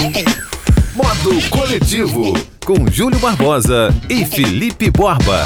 Modo Coletivo, com Júlio Barbosa e Felipe Borba.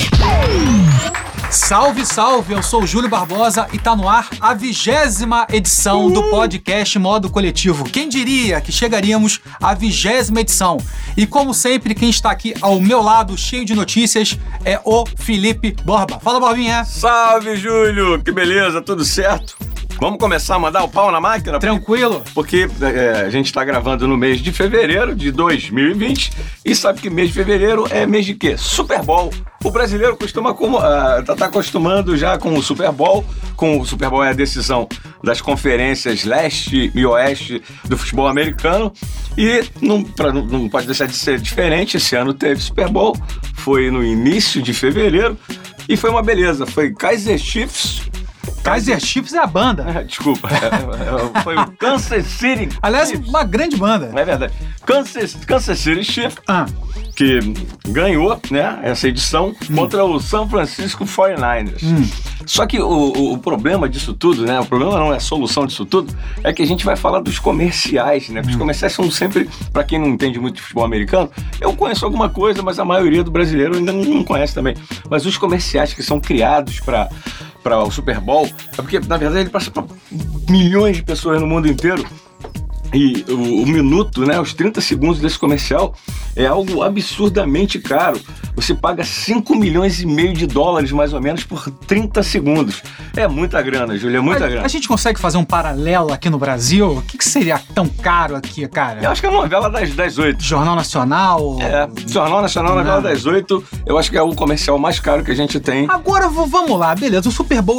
Salve, salve! Eu sou o Júlio Barbosa e tá no ar a 20ª edição do podcast Modo Coletivo. Quem diria que chegaríamos à 20ª edição? E como sempre, quem está aqui ao meu lado, cheio de notícias, é o Felipe Borba. Fala, Borbinha! Salve, Júlio! Que beleza, tudo certo? Vamos começar a mandar o pau na máquina? Tranquilo? Porque a gente está gravando no mês de fevereiro de 2020 e sabe que mês de fevereiro é mês de quê? Super Bowl. O brasileiro costuma tá acostumando já com o Super Bowl. Com o Super Bowl é a decisão das conferências leste e oeste do futebol americano. E não pode deixar de ser diferente. Esse ano teve Super Bowl, foi no início de fevereiro e foi uma beleza. Foi Kaiser Chiefs. Kaiser Chiefs é a banda. Desculpa, foi o Kansas City. Aliás, Chiefs. Uma grande banda. É verdade. Kansas City Chiefs, que ganhou, né, essa edição contra o San Francisco 49ers. Só que o problema disso tudo, né, o problema não é a solução disso tudo, é que a gente vai falar dos comerciais, né, porque os comerciais são sempre, pra quem não entende muito de futebol americano, eu conheço alguma coisa, mas a maioria do brasileiro ainda não conhece também. Mas os comerciais que são criados para o Super Bowl, é porque, na verdade, ele passa para milhões de pessoas no mundo inteiro. E o minuto, né, os 30 segundos desse comercial é algo absurdamente caro. Você paga 5,5 milhões de dólares, mais ou menos, por 30 segundos. É muita grana, Júlia, é muita grana. A gente consegue fazer um paralelo aqui no Brasil? O que seria tão caro aqui, cara? Eu acho que é a novela das 8. Jornal Nacional? Jornal Nacional, novela das 8, eu acho que é o comercial mais caro que a gente tem. Agora, vamos lá, beleza. O Super Bowl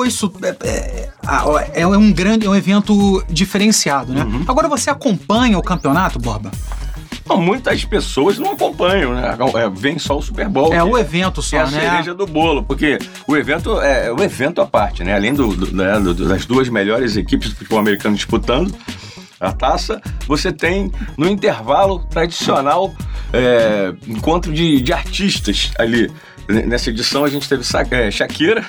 é um evento diferenciado, né? Agora você acompanha o campeonato, Borba? Não, muitas pessoas não acompanham, né? Vem só o Super Bowl. É o evento só, né? É a cereja do bolo, porque o evento é o evento à parte, né? Além das duas melhores equipes do futebol americano disputando a taça, você tem no intervalo tradicional encontro de artistas ali. Nessa edição a gente teve Shakira.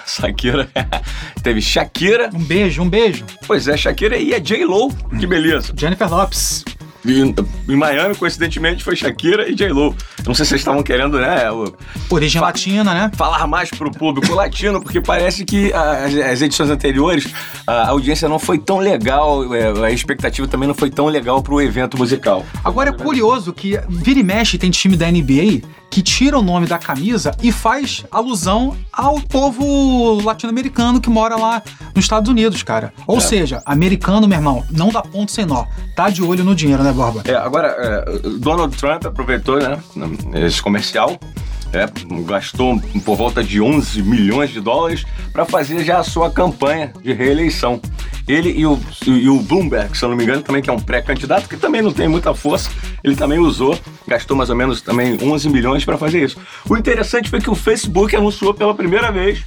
Teve Shakira. Um beijo. Pois é, Shakira e a J.Lo. Que beleza. Jennifer Lopez. Em Miami, coincidentemente, foi Shakira e J.Lo. Não sei se vocês estavam querendo, né? Origem latina, né? Falar mais pro público latino, porque parece que as edições anteriores, a audiência não foi tão legal, a expectativa também não foi tão legal pro evento musical. Agora é curioso que vira e mexe tem time da NBA que tira o nome da camisa e faz alusão ao povo latino-americano que mora lá nos Estados Unidos, cara. Ou seja, americano, meu irmão, não dá ponto sem nó. Tá de olho no dinheiro, né, Borba? Agora, Donald Trump aproveitou, né, esse comercial, gastou por volta de 11 milhões de dólares para fazer já a sua campanha de reeleição. Ele e o Bloomberg, se eu não me engano, também, que é um pré-candidato, que também não tem muita força, ele também gastou mais ou menos também 11 milhões para fazer isso. O interessante foi que o Facebook anunciou pela primeira vez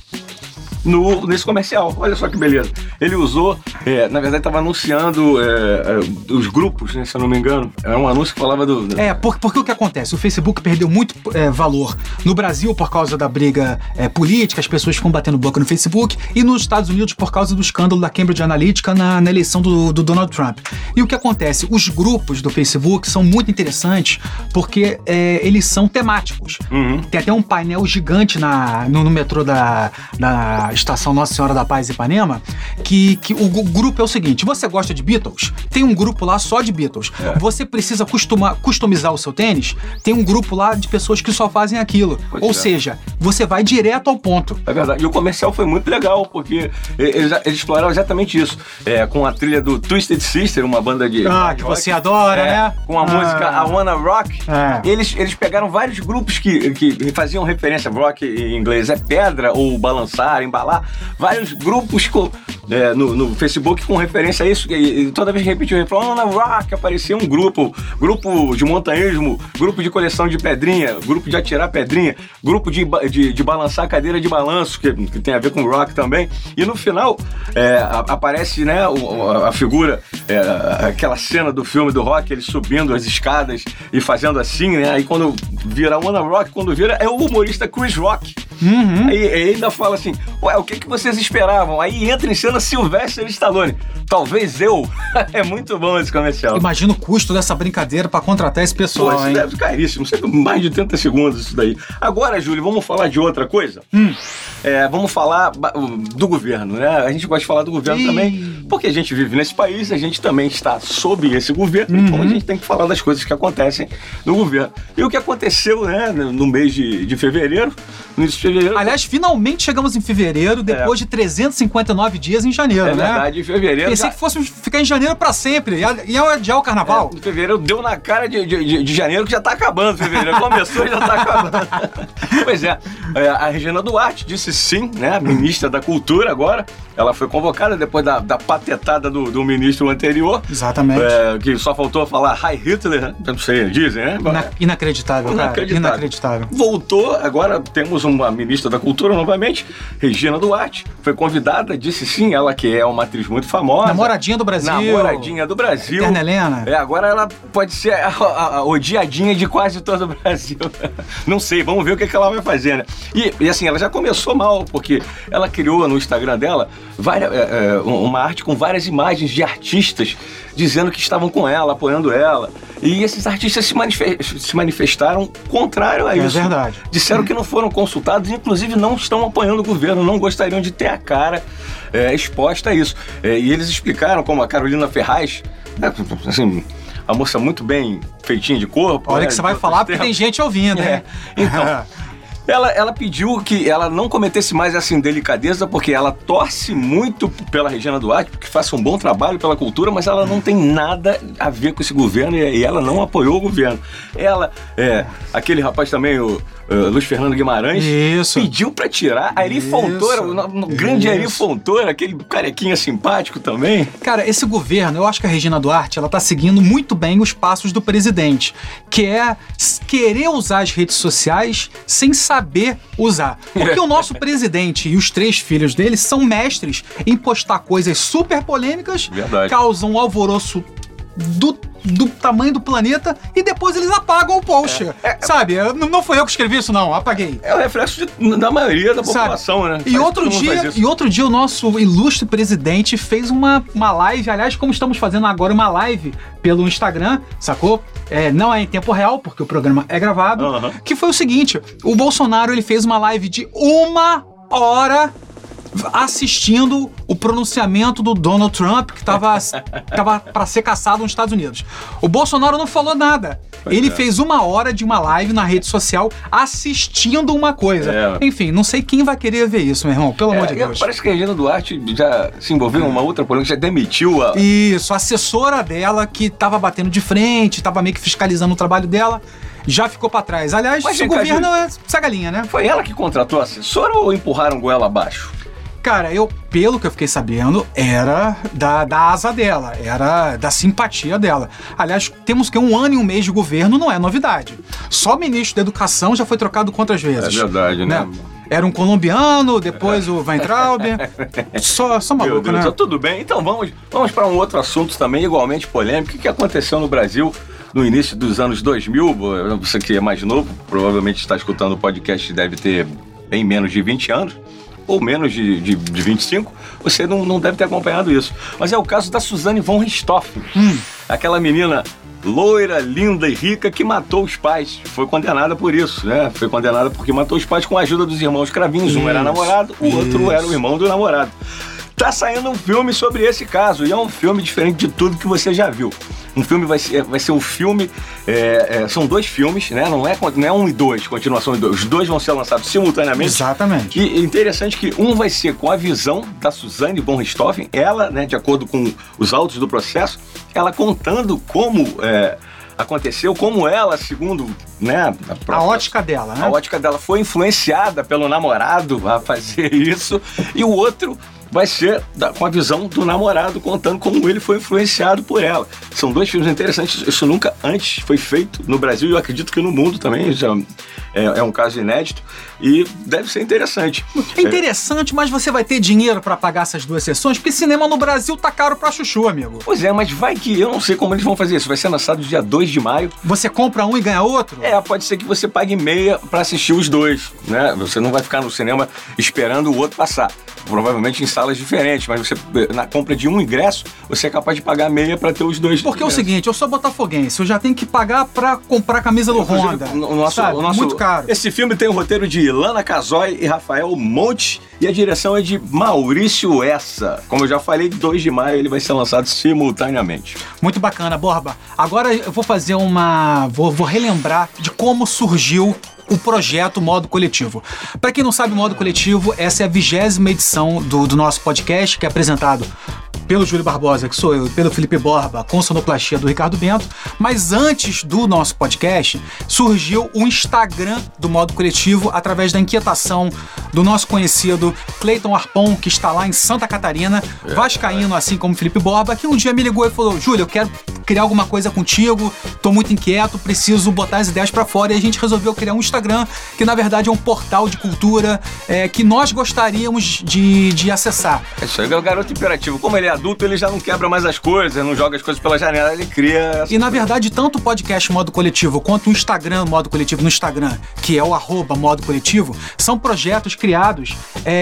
nesse comercial. Olha só que beleza. Ele usou, na verdade estava anunciando os grupos, né, se eu não me engano. Era um anúncio que falava do... Porque o que acontece? O Facebook perdeu muito valor no Brasil por causa da briga política, as pessoas ficam batendo boca no Facebook, e nos Estados Unidos por causa do escândalo da Cambridge Analytica na eleição do Donald Trump. E o que acontece? Os grupos do Facebook são muito interessantes porque eles são temáticos. Tem até um painel gigante no metrô da Estação Nossa Senhora da Paz Ipanema, que o grupo é o seguinte: você gosta de Beatles? Tem um grupo lá só de Beatles. Você precisa customizar o seu tênis? Tem um grupo lá de pessoas que só fazem aquilo. Ou seja, você vai direto ao ponto. É verdade. E o comercial foi muito legal, porque eles exploraram exatamente isso. Com a trilha do Twisted Sister, uma banda de... que você adora, né? Com a música I Wanna Rock. Eles pegaram vários grupos que faziam referência, rock em inglês é pedra, ou balançar, embalar. Vários grupos no Facebook com referência a isso, e toda vez que repetiu, ele falou, na Rock, aparecia um grupo de montanhismo, grupo de coleção de pedrinha, grupo de atirar pedrinha, grupo de balançar cadeira de balanço, que tem a ver com rock também, e no final aparece, né, a figura, aquela cena do filme do rock, ele subindo as escadas e fazendo assim, né, aí quando vira Wanna Rock, é o humorista Chris Rock. Aí ainda fala assim, Ué, o que vocês esperavam? Aí entra em cena Sylvester Stallone. Talvez eu. É muito bom esse comercial. Imagina o custo dessa brincadeira pra contratar esse pessoal, isso hein? deve ser caríssimo, mais de 30 segundos isso daí. Agora, Júlio, vamos falar de outra coisa? Vamos falar do governo, né? A gente gosta de falar do governo também, porque a gente vive nesse país, a gente também está sob esse governo, então a gente tem que falar das coisas que acontecem no governo. E o que aconteceu, né, no mês de fevereiro, no início de fevereiro... Aliás, finalmente chegamos em fevereiro, depois de 359 dias em janeiro, né? É verdade, em fevereiro... Pensei que fosse ficar em janeiro pra sempre, ia adiar o carnaval. Em fevereiro deu na cara de janeiro que já tá acabando, fevereiro começou e já tá acabando. Pois é, a Regina Duarte disse sim, né, a ministra da Cultura agora, ela foi convocada depois da patetada do ministro anterior. Exatamente. Que só faltou falar Heil Hitler, né? Não sei, dizem, né? Inacreditável, cara. Inacreditável. Voltou, agora temos uma ministra da Cultura novamente, Regina Duarte, foi convidada, disse sim, ela que é uma atriz muito famosa. Namoradinha do Brasil. Namoradinha do Brasil. Eterna Helena. Agora ela pode ser a odiadinha de quase todo o Brasil. Não sei, vamos ver o que ela vai fazer, né? E assim, ela já começou mal, porque ela criou no Instagram dela uma arte com várias imagens de artistas dizendo que estavam com ela, apoiando ela. E esses artistas se manifestaram contrário a isso. É verdade. Disseram que não foram consultados, inclusive não estão apoiando o governo, não gostariam de ter a cara exposta a isso. E eles explicaram como a Carolina Ferraz, assim, a moça muito bem feitinha de corpo. Olha que você vai falar porque tem gente ouvindo, né? Então... Ela pediu que ela não cometesse mais essa indelicadeza, porque ela torce muito pela Regina Duarte, porque faça um bom trabalho pela cultura, mas ela não tem nada a ver com esse governo e ela não apoiou o governo. Ela, aquele rapaz também, o Luiz Fernando Guimarães, pediu pra tirar a Eri Fontoura, o grande Eri Fontoura, aquele carequinha simpático também. Cara, esse governo, eu acho que a Regina Duarte, ela tá seguindo muito bem os passos do presidente, que é querer usar as redes sociais sem saber usar. Porque o nosso presidente e os 3 filhos dele são mestres em postar coisas super polêmicas, causam um alvoroço do tamanho do planeta e depois eles apagam o post. Sabe? Não foi eu que escrevi isso, não. Apaguei. É o reflexo da maioria da população, né? E outro dia o nosso ilustre presidente fez uma live, aliás, como estamos fazendo agora uma live pelo Instagram, sacou? Não é em tempo real, porque o programa é gravado, que foi o seguinte, o Bolsonaro ele fez uma live de 1 hora assistindo o pronunciamento do Donald Trump, que tava para ser caçado nos Estados Unidos. O Bolsonaro não falou nada. Ele fez 1 hora de uma live na rede social assistindo uma coisa. Enfim, não sei quem vai querer ver isso, meu irmão, pelo amor de Deus. Parece que a Regina Duarte já se envolveu em uma outra polêmica, já demitiu a... Isso, a assessora dela, que tava batendo de frente, tava meio que fiscalizando o trabalho dela, já ficou pra trás. Aliás, o governo é essa galinha, né? Foi ela que contratou a assessora ou empurraram goela abaixo? Cara, pelo que eu fiquei sabendo, era da asa dela, era da simpatia dela. Aliás, temos que 1 ano e 1 mês de governo não é novidade. Só o ministro da Educação já foi trocado quantas vezes? É verdade, né? Era um colombiano, depois o Weintraub. Só maluco, né? Tudo bem. Então vamos para um outro assunto também igualmente polêmico. O que aconteceu no Brasil no início dos anos 2000? Você que é mais novo, provavelmente está escutando o podcast, deve ter bem menos de 20 anos. Ou menos de 25, você não deve ter acompanhado isso. Mas é o caso da Suzane von Richthofen, aquela menina loira, linda e rica que matou os pais. Foi condenada por isso, né? Foi condenada porque matou os pais com a ajuda dos irmãos cravinhos. Um era namorado, o outro era o irmão do namorado. Tá saindo um filme sobre esse caso, e é um filme diferente de tudo que você já viu. Um filme vai ser um filme, são 2 filmes, né? Não é 1 e 2, continuação de 2. Os 2 vão ser lançados simultaneamente. Exatamente. E é interessante que um vai ser com a visão da Suzane von Richthofen, ela, né, de acordo com os autos do processo, ela contando como aconteceu, como ela, segundo, né, a ótica dela, né? A ótica dela foi influenciada pelo namorado a fazer isso, e o outro vai ser com a visão do namorado contando como ele foi influenciado por ela. São 2 filmes interessantes, isso nunca antes foi feito no Brasil e eu acredito que no mundo também já é um caso inédito e deve ser interessante. É interessante, mas você vai ter dinheiro pra pagar essas 2 sessões? Porque cinema no Brasil tá caro pra chuchu, amigo. Pois é, mas vai que eu não sei como eles vão fazer isso. Vai ser lançado dia 2 de maio. Você compra um e ganha outro? Pode ser que você pague meia pra assistir os 2, né? Você não vai ficar no cinema esperando o outro passar. Provavelmente em salas diferentes, mas você, na compra de um ingresso, você é capaz de pagar meia pra ter os 2. Porque é o seguinte, eu sou botafoguense, eu já tenho que pagar pra comprar a camisa do Honda. Muito caro. Esse filme tem o roteiro de Ilana Casoy e Rafael Monte e a direção é de Maurício Essa. Como eu já falei, 2 de maio ele vai ser lançado simultaneamente. Muito bacana, Borba. Agora eu vou fazer vou relembrar de como surgiu o projeto Modo Coletivo. Para quem não sabe, o Modo Coletivo, essa é a 20ª edição do nosso podcast, que é apresentado pelo Júlio Barbosa, que sou eu, e pelo Felipe Borba, com sonoplastia do Ricardo Bento. Mas antes do nosso podcast, surgiu o Instagram do Modo Coletivo através da inquietação do nosso conhecido Cleiton Arpon, que está lá em Santa Catarina, vascaíno, assim como o Felipe Borba, que um dia me ligou e falou: Júlio, eu quero criar alguma coisa contigo, tô muito inquieto, preciso botar as ideias pra fora. E a gente resolveu criar um Instagram, que na verdade é um portal de cultura que nós gostaríamos de acessar. Isso aí é o garoto imperativo. Como ele é adulto, ele já não quebra mais as coisas, não joga as coisas pela janela, ele cria... E na verdade, tanto o podcast Modo Coletivo quanto o Instagram Modo Coletivo no Instagram, que é o @Modo Coletivo, são projetos criados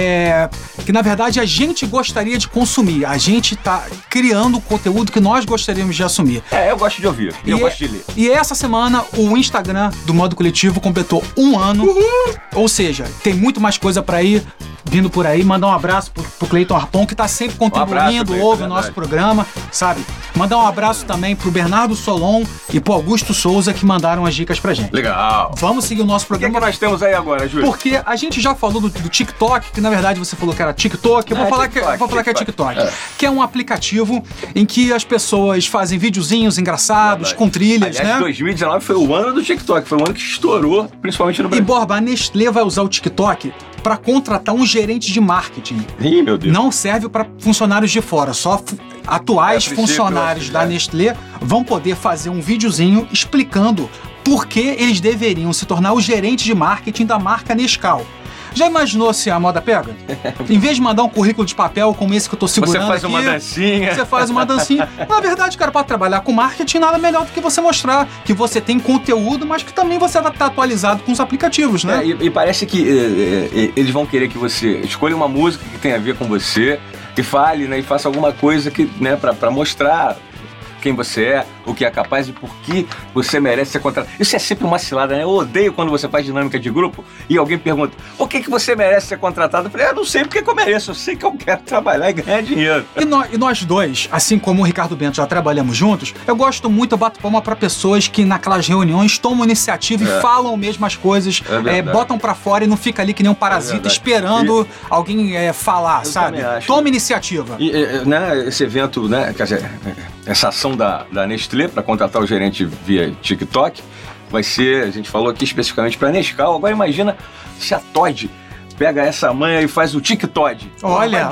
que na verdade a gente gostaria de consumir. A gente tá criando o conteúdo que nós gostaríamos de assumir. Eu gosto de ouvir, eu gosto de ler. E essa semana o Instagram do Modo Coletivo completou 1 ano. Uhul! Ou seja, tem muito mais coisa pra ir vindo por aí. Mandar um abraço pro Cleiton Arpon, que tá sempre contribuindo, ouve o nosso programa, sabe? Mandar um abraço também pro Bernardo Solon e pro Augusto Souza, que mandaram as dicas pra gente. Legal! Vamos seguir o nosso programa. O que nós temos aí agora, Júlio? Porque a gente já falou do TikTok, que na verdade você falou que era TikTok. Eu vou falar que é TikTok. Que é um aplicativo em que as pessoas fazem videozinhos engraçados, com trilhas, aliás, né? 2019 foi o ano do TikTok, foi o ano que estourou, principalmente no Brasil. E, Borba, a Nestlé vai usar o TikTok para contratar um gerente de marketing. Ih, meu Deus. Não serve para funcionários de fora, só atuais funcionários da Nestlé vão poder fazer um videozinho explicando por que eles deveriam se tornar o gerente de marketing da marca Nescau. Já imaginou se a moda pega? Em vez de mandar um currículo de papel como esse que eu tô segurando aqui... Você faz uma dancinha. Na verdade, cara, para trabalhar com marketing, nada melhor do que você mostrar que você tem conteúdo, mas que também você tá atualizado com os aplicativos, né? E parece que eles vão querer que você escolha uma música que tenha a ver com você, que fale, né, e faça alguma coisa que, né, pra mostrar quem você é, o que é capaz e por que você merece ser contratado. Isso é sempre uma cilada, né? Eu odeio quando você faz dinâmica de grupo e alguém pergunta: por que você merece ser contratado? Eu falei: eu não sei porque que eu mereço, eu sei que eu quero trabalhar e ganhar dinheiro. E nós dois, assim como o Ricardo Bento, já trabalhamos juntos, eu gosto muito, eu bato palma pra pessoas que naquelas reuniões tomam iniciativa e falam mesmo as coisas, botam pra fora e não fica ali que nem um parasita esperando alguém falar, sabe? Toma iniciativa. E, né, esse evento, né, quer dizer, essa ação da Nestlé para contratar o gerente via TikTok vai ser, a gente falou aqui especificamente para Nescau. Agora imagina se a Todd pega essa manha e faz o TikTok. Vai dar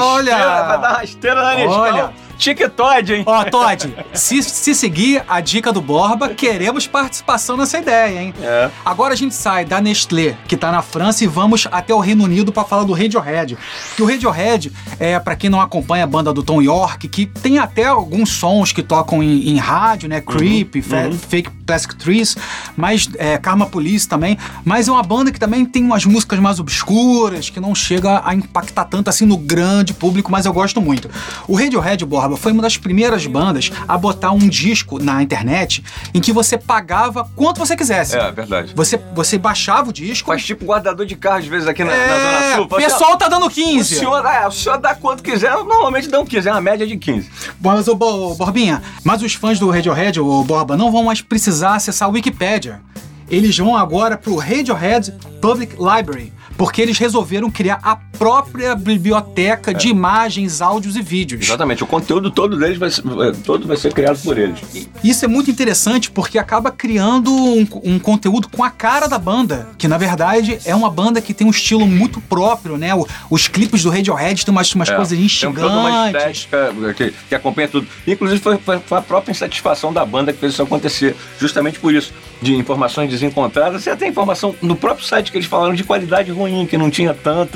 uma rasteira na Nescau. TikTok, hein? Ó, Todd, se seguir a dica do Borba, queremos participação nessa ideia, hein? Agora a gente sai da Nestlé, que tá na França, e vamos até o Reino Unido pra falar do Radiohead. Que o Radiohead, pra quem não acompanha a banda do Tom York, que tem até alguns sons que tocam em rádio, né? Creep, Fake Plastic Trees, mas Karma Police também. Mas é uma banda que também tem umas músicas mais obscuras, que não chega a impactar tanto assim no grande público, mas eu gosto muito. O Radiohead, Borba, foi uma das primeiras bandas a botar um disco na internet em que você pagava quanto você quisesse. É verdade. Você baixava o disco. Faz tipo guardador de carro às vezes aqui na Zona Sul. O pessoal tá dando 15. O senhor dá quanto quiser, normalmente dá 15, é uma média de 15. Mas, Borbinha, os fãs do Radiohead, o Borba, não vão mais precisar acessar a Wikipédia. Eles vão agora pro Radiohead Public Library porque eles resolveram criar a própria biblioteca de imagens, áudios e vídeos. Exatamente, o conteúdo todo deles vai ser criado por eles. Isso é muito interessante porque acaba criando um conteúdo com a cara da banda, que na verdade é uma banda que tem um estilo muito próprio, né? Os clipes do Radiohead tem umas coisas instigantes. Tem toda uma estética que acompanha tudo. Inclusive foi a própria insatisfação da banda que fez isso acontecer, justamente por isso, de informações desencontradas. Você tem informação no próprio site que eles falaram de qualidade ruim, que não tinha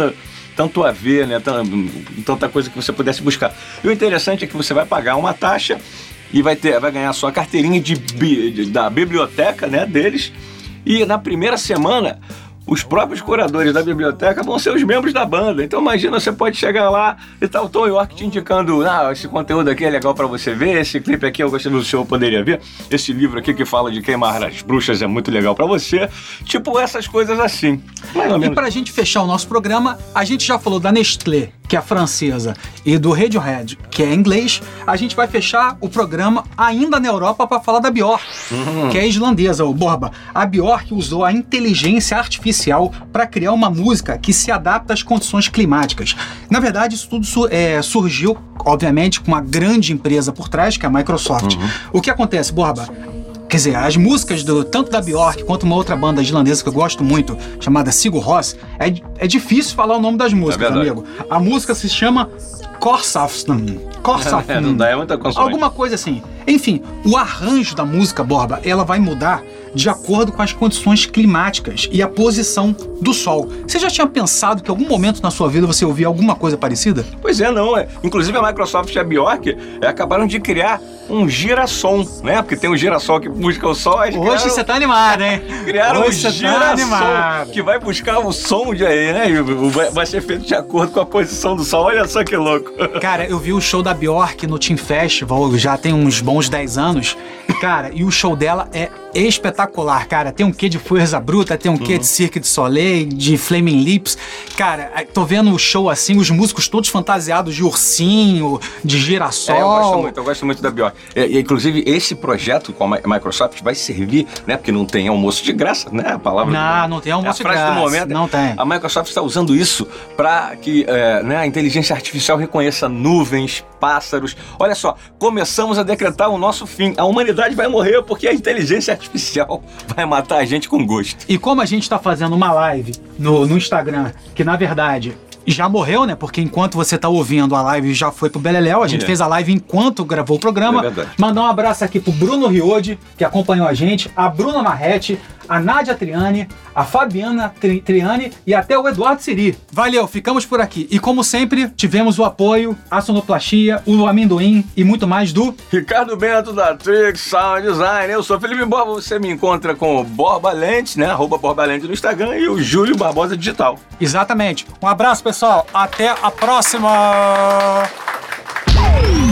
tanto a ver, né? Tanta coisa que você pudesse buscar. E o interessante é que você vai pagar uma taxa e vai ganhar a sua carteirinha da biblioteca, né, deles. E na primeira semana, os próprios curadores da biblioteca vão ser os membros da banda. Então imagina, você pode chegar lá e tá o Tom York te indicando, esse conteúdo aqui é legal pra você ver, esse clipe aqui eu gostei do senhor poderia ver, esse livro aqui que fala de queimar as bruxas é muito legal pra você. Tipo, essas coisas assim. E pra gente fechar o nosso programa, a gente já falou da Nestlé, que é francesa, e do Radiohead, que é inglês. A gente vai fechar o programa ainda na Europa para falar da Björk, que é islandesa, o Borba. A Björk usou a inteligência artificial para criar uma música que se adapta às condições climáticas. Na verdade, isso tudo surgiu, obviamente, com uma grande empresa por trás, que é a Microsoft. O que acontece, Borba? Quer dizer, as músicas tanto da Björk quanto uma outra banda islandesa que eu gosto muito, chamada Sigur Rós, é difícil falar o nome das músicas, amigo. A música se chama Korsafsson. Não dá, é muita consoante. Alguma coisa assim. Enfim, o arranjo da música, Borba, ela vai mudar de acordo com as condições climáticas e a posição do sol. Você já tinha pensado que em algum momento na sua vida você ouvia alguma coisa parecida? Pois é, não. Inclusive a Microsoft e a Björk acabaram de criar um girassol, né? Porque tem um girassol que busca o sol. Hoje você tá animado, hein? Criaram um girassol que vai buscar o som de aí, né? E vai ser feito de acordo com a posição do sol. Olha só que louco. Cara, eu vi o show da Björk no Team Festival já tem uns bons 10 anos. Cara, e o show dela é espetacular, cara. Tem um quê de Força Bruta, tem um quê de Cirque du Soleil, de Flaming Lips. Cara, tô vendo o show assim, os músicos todos fantasiados de ursinho, de girassol. Eu gosto muito da Björk. Inclusive, esse projeto com a Microsoft vai servir, né? Porque não tem almoço de graça, né? A palavra não tem almoço de graça. A frase do momento. Não tem. A Microsoft está usando isso para que a inteligência artificial reconheça nuvens, pássaros. Olha só, começamos a decretar o nosso fim. A humanidade vai morrer porque a inteligência artificial vai matar a gente com gosto. E como a gente está fazendo uma live no Instagram, que na verdade já morreu, né? Porque enquanto você tá ouvindo a live já foi pro Beleléu. A gente fez a live enquanto gravou o programa. Mandar um abraço aqui pro Bruno Riode, que acompanhou a gente, a Bruna Marretti, a Nádia Triani, a Fabiana Triani e até o Eduardo Siri. Valeu, ficamos por aqui. E como sempre, tivemos o apoio, a sonoplastia, o amendoim e muito mais do Ricardo Bento da Trix Sound Design. Eu sou Felipe Borba, você me encontra com o Borba Lentes, né? @BorbaLentes no Instagram e o Júlio Barbosa Digital. Exatamente. Um abraço, pessoal. Até a próxima!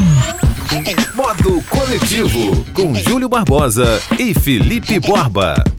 Modo Coletivo, com Júlio Barbosa e Felipe Borba.